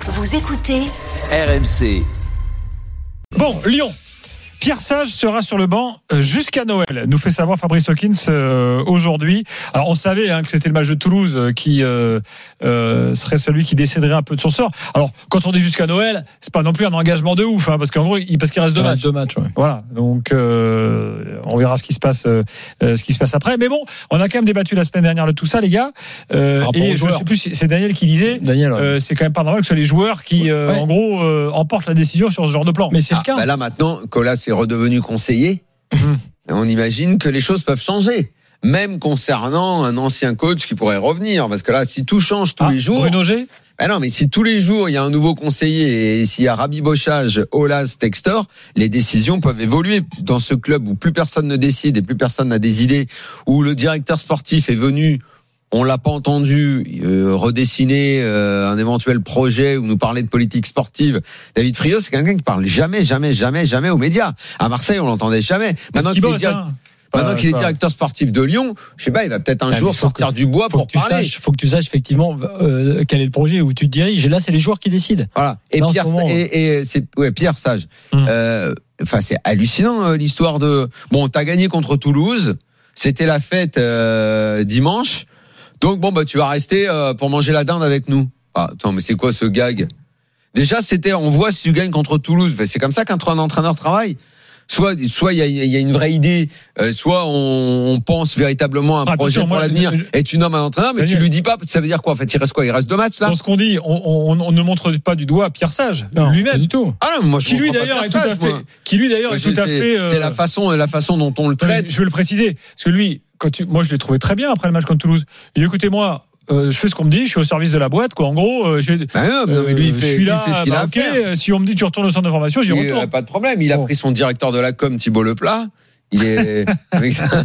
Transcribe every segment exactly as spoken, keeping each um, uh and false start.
Vous écoutez R M C. Bon, Lyon. Pierre Sage sera sur le banc jusqu'à Noël, nous fait savoir Fabrice Hawkins euh, aujourd'hui. Alors on savait hein, que c'était le match de Toulouse qui euh, euh, serait celui qui déciderait un peu de son sort. Alors quand on dit jusqu'à Noël, c'est pas non plus un engagement de ouf, hein, parce qu'en gros, il, parce qu'il reste deux il matchs. Reste deux matchs, ouais. Voilà, donc euh, on verra ce qui se passe, euh, ce qui se passe après. Mais bon, on a quand même débattu la semaine dernière de tout ça, les gars. Euh, et je ne sais plus, c'est Daniel qui disait. Daniel, ouais. euh, c'est quand même pas normal que ce soit les joueurs qui, euh, ouais. en gros, euh, emportent la décision sur ce genre de plan. Mais c'est ah, le cas. Bah là maintenant, Colas est redevenu conseiller. On imagine que les choses peuvent changer, même concernant un ancien coach qui pourrait revenir, parce que là, si tout change tous ah, les jours, Bruno G. Ben non, mais si tous les jours il y a un nouveau conseiller et s'il y a rabibochage, Aulas, Textor, les décisions peuvent évoluer dans ce club où plus personne ne décide et plus personne n'a des idées, où le directeur sportif est venu. On l'a pas entendu euh, redessiner euh, un éventuel projet ou nous parler de politique sportive. David Friot, c'est quelqu'un qui parle jamais, jamais, jamais, jamais aux médias. À Marseille, on l'entendait jamais. Maintenant qu'il est, direct... hein. Maintenant qu'il est directeur sportif de Lyon, je sais pas, il va peut-être un ah, jour sortir que, du bois pour que parler. Il faut que tu saches effectivement euh, quel est le projet où tu te diriges. Et là, c'est les joueurs qui décident. Voilà. Et là, Pierre, moment, et, et c'est ouais, Pierre Sage. Hum. Euh, enfin, c'est hallucinant euh, l'histoire de. Bon, t'as gagné contre Toulouse. C'était la fête euh, dimanche. Donc bon bah tu vas rester euh, pour manger la dinde avec nous. Ah, attends mais c'est quoi ce gag ? Déjà c'était on voit si tu gagnes contre Toulouse, c'est comme ça qu'un entraîneur travaille. Soit soit il y a, y a une vraie idée, euh, soit on, on pense véritablement à un ah, projet pour moi, l'avenir je, et tu nommes un entraîneur mais Daniel, tu lui dis pas ça veut dire quoi en fait il reste quoi il reste deux matchs là. Dans ce qu'on dit on, on, on ne montre pas du doigt Pierre Sage non, lui-même du tout. Ah non moi je qui lui d'ailleurs est tout à fait qui lui d'ailleurs est tout à fait c'est la façon la façon dont on le traite. Je veux le préciser parce que lui quand tu, moi je l'ai trouvé très bien après le match contre Toulouse. Il dit écoutez-moi Euh, je fais ce qu'on me dit, je suis au service de la boîte, quoi. En gros, euh, j'ai, bah non, euh, lui, il fait, je suis là, lui, il fait ce qu'il bah, a ok. à faire. Si on me dit tu retournes au centre de formation, j'y il, retourne. Euh, pas de problème. Il a bon. pris son directeur de la com, Thibaut Leplat. Il est avec ça.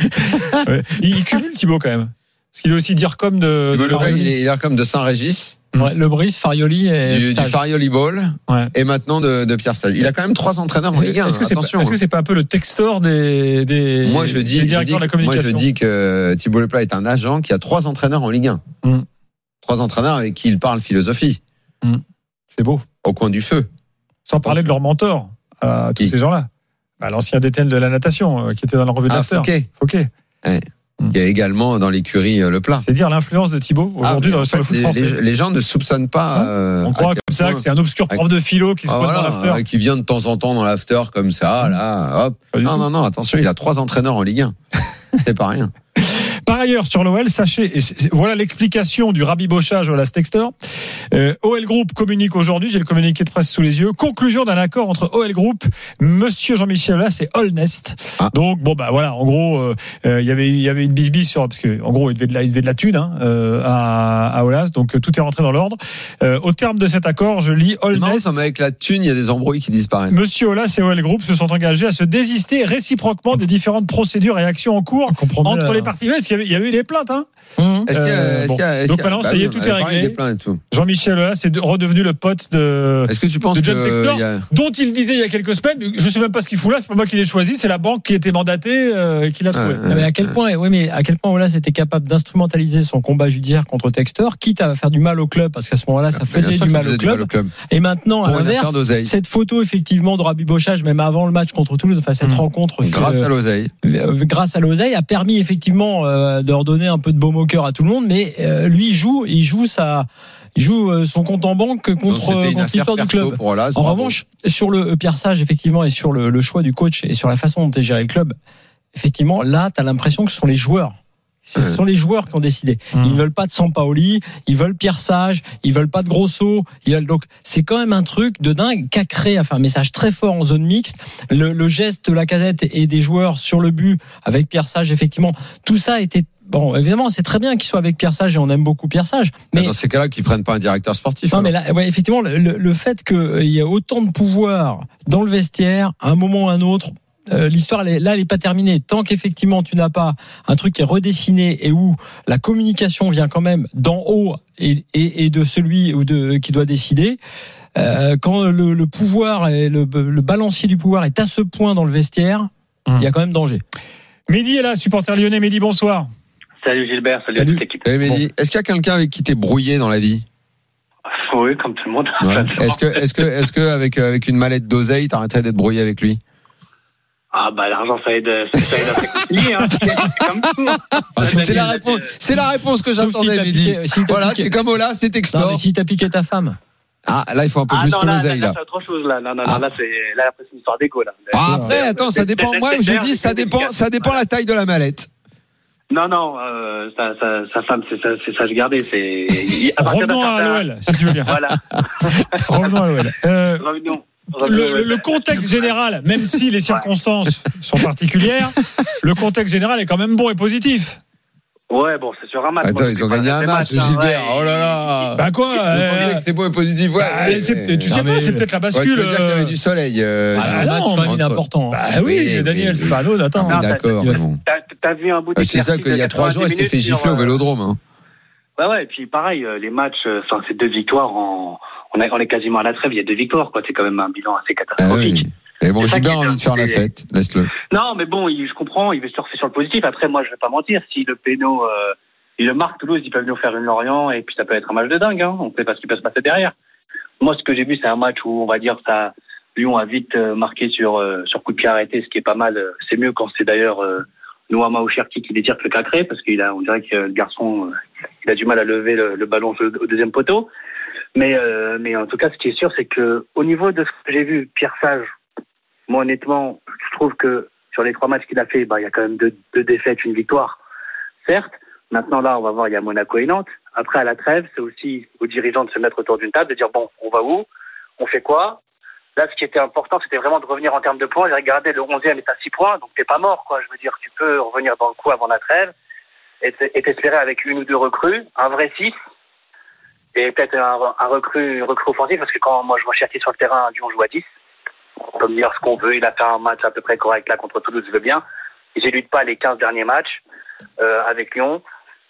Ouais. Il, il cumule Thibaut quand même. Parce qu'il est aussi dire comme de. Thibaut Leplat, il est dire comme de Saint-Régis. Ouais, le Brice, Farioli et du, du Farioli Ball ouais. Et maintenant de, de Pierre Sage. Il a quand même trois entraîneurs en Ligue un. Est-ce que, attention, c'est, pas, est-ce que c'est pas un peu le Textor des, des, moi je dis, des directeurs je dis, de la communication ? Moi je dis que Thibaut Leplat est un agent qui a trois entraîneurs en Ligue un. Mm. Trois entraîneurs avec qui il parle philosophie. Mm. C'est beau. Au coin du feu. Sans parler Attention. de leur mentor à tous qui? ces gens-là. Bah, l'ancien D T N de la natation euh, qui était dans la revue de ah, l'After. Fouquet. Fouquet. Ouais. Il y a également dans l'écurie euh, le plat. C'est dire l'influence de Thibaut aujourd'hui ah, dans, sur fait, le foot les, français. Les, les gens ne soupçonnent pas. Euh, On croit comme ça point. que c'est un obscur prof de philo qui se ah, pointe voilà, dans l'after. Euh, qui vient de temps en temps dans l'after comme ça, là, hop. Non, non, non, attention, il a trois entraîneurs en Ligue un. C'est pas rien. Par ailleurs, sur l'O L, sachez, et voilà l'explication du rabibochage au Last Textor. Euh, O L Group communique aujourd'hui, j'ai le communiqué de presse sous les yeux, conclusion d'un accord entre O L Group, Monsieur Jean-Michel Aulas et Holnest. Ah. Donc bon bah voilà, en gros, il euh, euh, y avait il y avait une bisbille sur parce que en gros il devait de la il devait de la thune hein, euh, à, à Aulas, donc tout est rentré dans l'ordre. Euh, au terme de cet accord, je lis Holnest. Non, avec la thune, il y a des embrouilles qui disparaissent. Monsieur Aulas et O L Group se sont engagés à se désister réciproquement des différentes procédures et actions en cours entre la... les parties. Parce qu'il y avait, il y avait eu des plaintes. Hein. Mmh. Est-ce qu'il y a, est-ce bon. qu'il y a, est-ce donc qu'il y a, maintenant, bah ça y est, oui, tout est réglé. Jean-Michel Aulas est redevenu le pote de, est-ce que tu penses de John Textor, a... dont il disait il y a quelques semaines, je ne sais même pas ce qu'il fout là, c'est pas moi qui l'ai choisi, c'est la banque qui était mandatée euh, qui l'a trouvé. Ah, ah, mais à quel ah, point, oui, mais à quel point Aulas était capable d'instrumentaliser son combat judiciaire contre Textor, quitte à faire du mal au club, parce qu'à ce moment-là, ça faisait du mal, du mal au club. Et maintenant, à l'inverse, cette photo effectivement de rabibochage, même avant le match contre Toulouse, enfin cette mmh. rencontre, grâce euh, à l'oseille, euh, grâce à l'oseille, a permis effectivement euh, de redonner un peu de baume au cœur à tout le monde, mais euh, lui il joue, il joue sa, il joue son compte en banque contre, contre l'histoire du club. Aulas, en revanche, sur le Pierre Sage effectivement et sur le, le choix du coach et sur la façon dont est géré le club, effectivement là, t'as l'impression que ce sont les joueurs. Ce mmh. sont les joueurs qui ont décidé. Mmh. Ils veulent pas de Sampaoli, ils veulent Pierre Sage, ils veulent pas de Grosso. Ils veulent donc c'est quand même un truc de dingue qu'a créé, enfin un message très fort en zone mixte. Le, le geste de Lacazette et des joueurs sur le but avec Pierre Sage, effectivement, tout ça a été bon. Évidemment, c'est très bien qu'ils soient avec Pierre Sage et on aime beaucoup Pierre Sage. Mais dans ces cas-là, qu'ils prennent pas un directeur sportif. Non, alors. mais là, ouais, effectivement, le, le fait qu'il y ait autant de pouvoir dans le vestiaire, à un moment ou à un autre. Euh, l'histoire elle est, là elle n'est pas terminée tant qu'effectivement tu n'as pas un truc qui est redessiné et où la communication vient quand même d'en haut et, et, et de celui ou de qui doit décider euh, quand le, le pouvoir et le, le balancier du pouvoir est à ce point dans le vestiaire, il mmh. y a quand même danger. Mehdi est là, supporter lyonnais. Mehdi, bonsoir. Salut Gilbert, salut, salut. à toute l'équipe. Salut Mehdi. Bon. Est-ce qu'il y a quelqu'un avec qui t'es brouillé dans la vie? Oui, comme tout le monde. Ouais. Est-ce que, est-ce que, est-ce que avec avec une mallette d'oseille, t'arrêterais d'être brouillé avec lui? Ah bah l'argent ça aide, ça aide à s'économiser, hein. C'est comme tout. Ah, c'est la réponse, c'est la réponse que j'attendais, si Mehdi. Si voilà, piqué... c'est comme Ola, c'est Textor. Non, mais si t'as piqué ta femme. Ah, là, il faut un peu ah, plus non, que là, l'oseille, là. là. là c'est autre chose, là. Non, non, ah. non, là, c'est, là, après, c'est une histoire d'égo, là. Ah, après, attends, ça dépend. Moi, je dis, ça dépend, ça dépend la taille de la mallette. Non, non, euh, sa, sa, sa femme, c'est, c'est sage gardé. C'est... Revenons à l'O L, si tu veux bien. Voilà. Revenons à l'O L. Euh, Revenons. Le, le contexte général, même si les circonstances sont particulières, le contexte général est quand même bon et positif. Ouais, bon, c'est sur un match. Attends, moi, ils ont gagné un match, Gilbert. Ouais, oh là là. Bah quoi euh, c'est beau et positif. Ouais. Bah, c'est, tu sais pas, c'est peut-être la bascule. Ouais, tu veux dire qu'il y avait du soleil. Euh, ah, non, match quand même important. Bah oui, mais Daniel, c'est pas anodin. Attends. Non, d'accord. T'as, bon. t'as, t'as vu un bout de. C'est ça qu'il y a trois jours, il s'est fait gifler au Vélodrome. Hein. Bah ouais, et puis pareil, les matchs, enfin, c'est deux victoires en. On est, on est quasiment à la trêve, il y a deux victoires, quoi. C'est quand même un bilan assez catastrophique. Ah oui. Et bon, j'ai bien envie de faire la fête, laisse-le. Non, mais bon, il, je comprends, il veut surfer sur le positif. Après, moi, je vais pas mentir, si le péno, euh, il le marque, Toulouse, ils peuvent nous faire une Lorient, et puis ça peut être un match de dingue, hein. On ne sait pas ce qui peut se passer derrière. Moi, ce que j'ai vu, c'est un match où, on va dire, ça, Lyon a vite euh, marqué sur, euh, sur coup de pied arrêté, ce qui est pas mal. C'est mieux quand c'est d'ailleurs, euh, Noama ou Cherki qui les tire que le Cacré, parce qu'il a, on dirait que le garçon, euh, il a du mal à lever le, le ballon au deuxième poteau. Mais, euh, mais en tout cas, ce qui est sûr, c'est que au niveau de ce que j'ai vu, Pierre Sage, moi honnêtement, je trouve que sur les trois matchs qu'il a fait, bah, il y a quand même deux, deux défaites, une victoire. Certes, maintenant là, on va voir, il y a Monaco et Nantes. Après, à la trêve, c'est aussi aux dirigeants de se mettre autour d'une table, de dire bon, on va où, on fait quoi. Là, ce qui était important, c'était vraiment de revenir en termes de points. J'ai regardé, le onzième est à six points, donc t'es pas mort, quoi. Je veux dire, tu peux revenir dans le coup avant la trêve et t'espérer avec une ou deux recrues, un vrai six. Et peut-être un, un recrue, un recrue offensif, parce que quand moi je vois Cherki sur le terrain, Lyon joue à dix. On peut me dire ce qu'on veut, il a fait un match à peu près correct là contre Toulouse, je veux bien. J'élude pas les quinze derniers matchs euh, avec Lyon.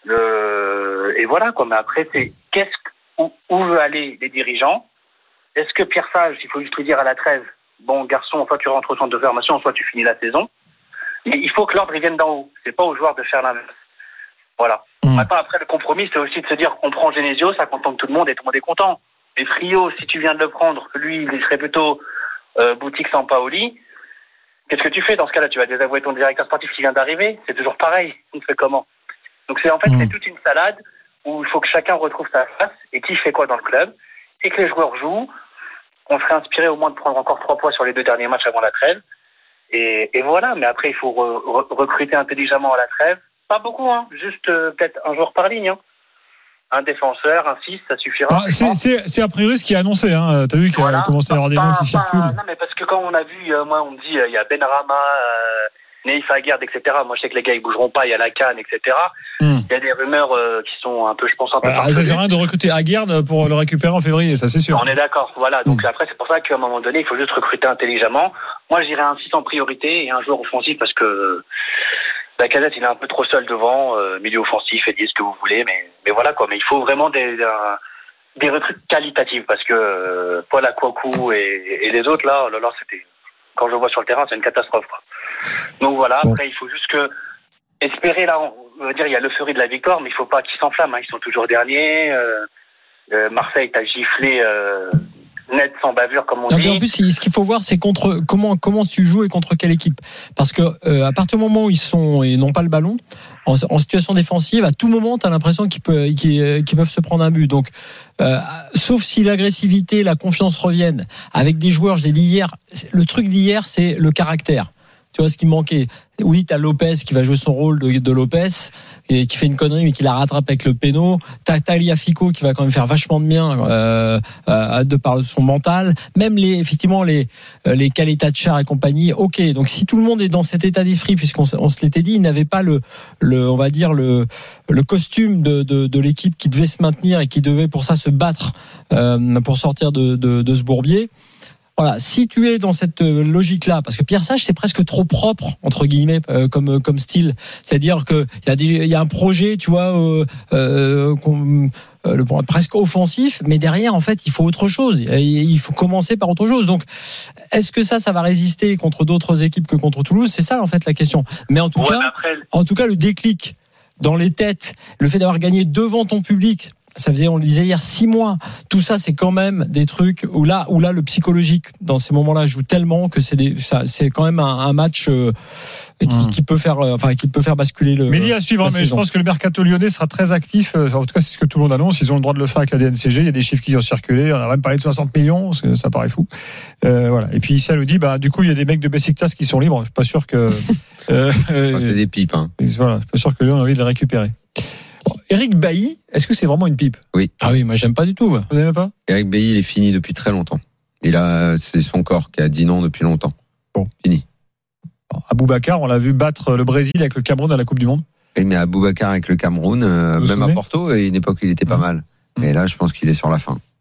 Le... Et voilà, quoi. Mais après, c'est qu'est-ce où, où veut aller les dirigeants? Est-ce que Pierre Sage, il faut juste lui dire à la trêve, bon garçon, soit tu rentres au centre de formation, soit tu finis la saison. Mais il faut que l'ordre il vienne d'en haut. C'est pas aux joueurs de faire l'inverse. Voilà. Mmh. Maintenant, après, le compromis, c'est aussi de se dire qu'on prend Genesio, ça contente tout le monde et tout le monde est content. Mais Frio, si tu viens de le prendre, lui, il serait plutôt euh, boutique Sampaoli. Qu'est-ce que tu fais dans ce cas-là? Tu vas désavouer ton directeur sportif qui vient d'arriver? C'est toujours pareil. On fait comment? Donc, c'est en fait, mmh. c'est toute une salade où il faut que chacun retrouve sa place et qui fait quoi dans le club et que les joueurs jouent. On serait inspiré au moins de prendre encore trois points sur les deux derniers matchs avant la trêve. Et, et voilà. Mais après, il faut re- re- recruter intelligemment à la trêve. Pas beaucoup, hein. Juste euh, peut-être un joueur par ligne. Hein. Un défenseur, un six, ça suffira. Ah, c'est, c'est, c'est a priori ce qui est annoncé. Hein. T'as vu qu'il voilà. a commencé à y avoir des noms qui pas, circulent. Non, mais parce que quand on a vu, euh, moi, on me dit, il euh, y a Benrahma, euh, Naïf Aguerd, et cetera. Moi, je sais que les gars, ils bougeront pas. Il y a la Cannes, et cetera. Il mm. y a des rumeurs euh, qui sont un peu, je pense, un peu. Bah, ça sert à rien de recruter Aguerd pour le récupérer en février, ça c'est sûr. On est d'accord. Voilà. Donc mm. après, c'est pour ça qu'à un moment donné, il faut juste recruter intelligemment. Moi, je dirais un six en priorité et un joueur offensif parce que. La Casette, il est un peu trop seul devant, euh, milieu offensif, ailier, ce que vous voulez, mais, mais voilà quoi. Mais il faut vraiment des, des, des recrues qualitatives parce que euh, Paul Akwaku et, et les autres là, là, là, c'était quand je vois sur le terrain, c'est une catastrophe quoi. Donc voilà. Après, bon. Il faut juste que espérer là, on va dire, il y a l'euphorie de la victoire, mais il faut pas qu'ils s'enflamment. Hein. Ils sont toujours derniers. Euh, euh, Marseille t'a giflé. Euh, net sans bavure comme on non, dit. En plus, ce qu'il faut voir, c'est contre comment comment tu joues et contre quelle équipe. Parce que euh, à partir du moment où ils sont ils n'ont pas le ballon, en, en situation défensive, à tout moment, t'as l'impression qu'ils peuvent qu'ils, qu'ils peuvent se prendre un but. Donc, euh, sauf si l'agressivité, la confiance reviennent avec des joueurs. Je l'ai dit hier. Le truc d'hier, c'est le caractère. Tu vois ce qui manquait. Oui, t'as Lopez qui va jouer son rôle de, de Lopez et qui fait une connerie mais qui la rattrape avec le péno. T'as Tagliafico qui va quand même faire vachement de bien euh, euh, de par son mental. Même les effectivement les les Caleta-Tchar et compagnie. Ok, donc si tout le monde est dans cet état d'esprit, puisqu'on on se l'était dit, il n'avait pas le le on va dire le le costume de de, de l'équipe qui devait se maintenir et qui devait pour ça se battre euh, pour sortir de, de de ce bourbier. Voilà, si tu es dans cette logique-là, parce que Pierre Sage c'est presque trop propre entre guillemets euh, comme comme style, c'est-à-dire que il y a des il y a un projet, tu vois, euh, euh, euh, le, bon, presque offensif, mais derrière en fait il faut autre chose, il faut commencer par autre chose. Donc est-ce que ça ça va résister contre d'autres équipes que contre Toulouse? C'est ça en fait la question. Mais en tout ouais, cas, après... en tout cas le déclic dans les têtes, le fait d'avoir gagné devant ton public. Ça faisait, on le disait hier, six mois. Tout ça, c'est quand même des trucs où là, où là, le psychologique dans ces moments-là joue tellement que c'est des, ça, c'est quand même un, un match euh, qui, mmh. qui peut faire, euh, enfin, qui peut faire basculer le. Mais il y a à suivre. Mais saison. Je pense que le mercato lyonnais sera très actif. En tout cas, c'est ce que tout le monde annonce. Ils ont le droit de le faire avec la D N C G. Il y a des chiffres qui ont circulé. On a même parlé de soixante millions. Ça paraît fou. Euh, voilà. Et puis ici, elle nous dit, bah, du coup, il y a des mecs de Besiktas qui sont libres. Je suis pas sûr que. euh, ah, c'est des pipes. Hein. Voilà. Je suis pas sûr que Lyon a envie de les récupérer. Eric Bailly, est-ce que c'est vraiment une pipe ? Oui. Ah oui, moi j'aime pas du tout. Vous n'aimez pas ? Eric Bailly, il est fini depuis très longtemps. Il a, c'est son corps qui a dit non depuis longtemps. Bon, fini. Aboubacar, on l'a vu battre le Brésil avec le Cameroun à la Coupe du Monde. Et mais Aboubacar avec le Cameroun, euh, même à Porto, à une époque il était pas mmh. mal. Mais là, je pense qu'il est sur la fin.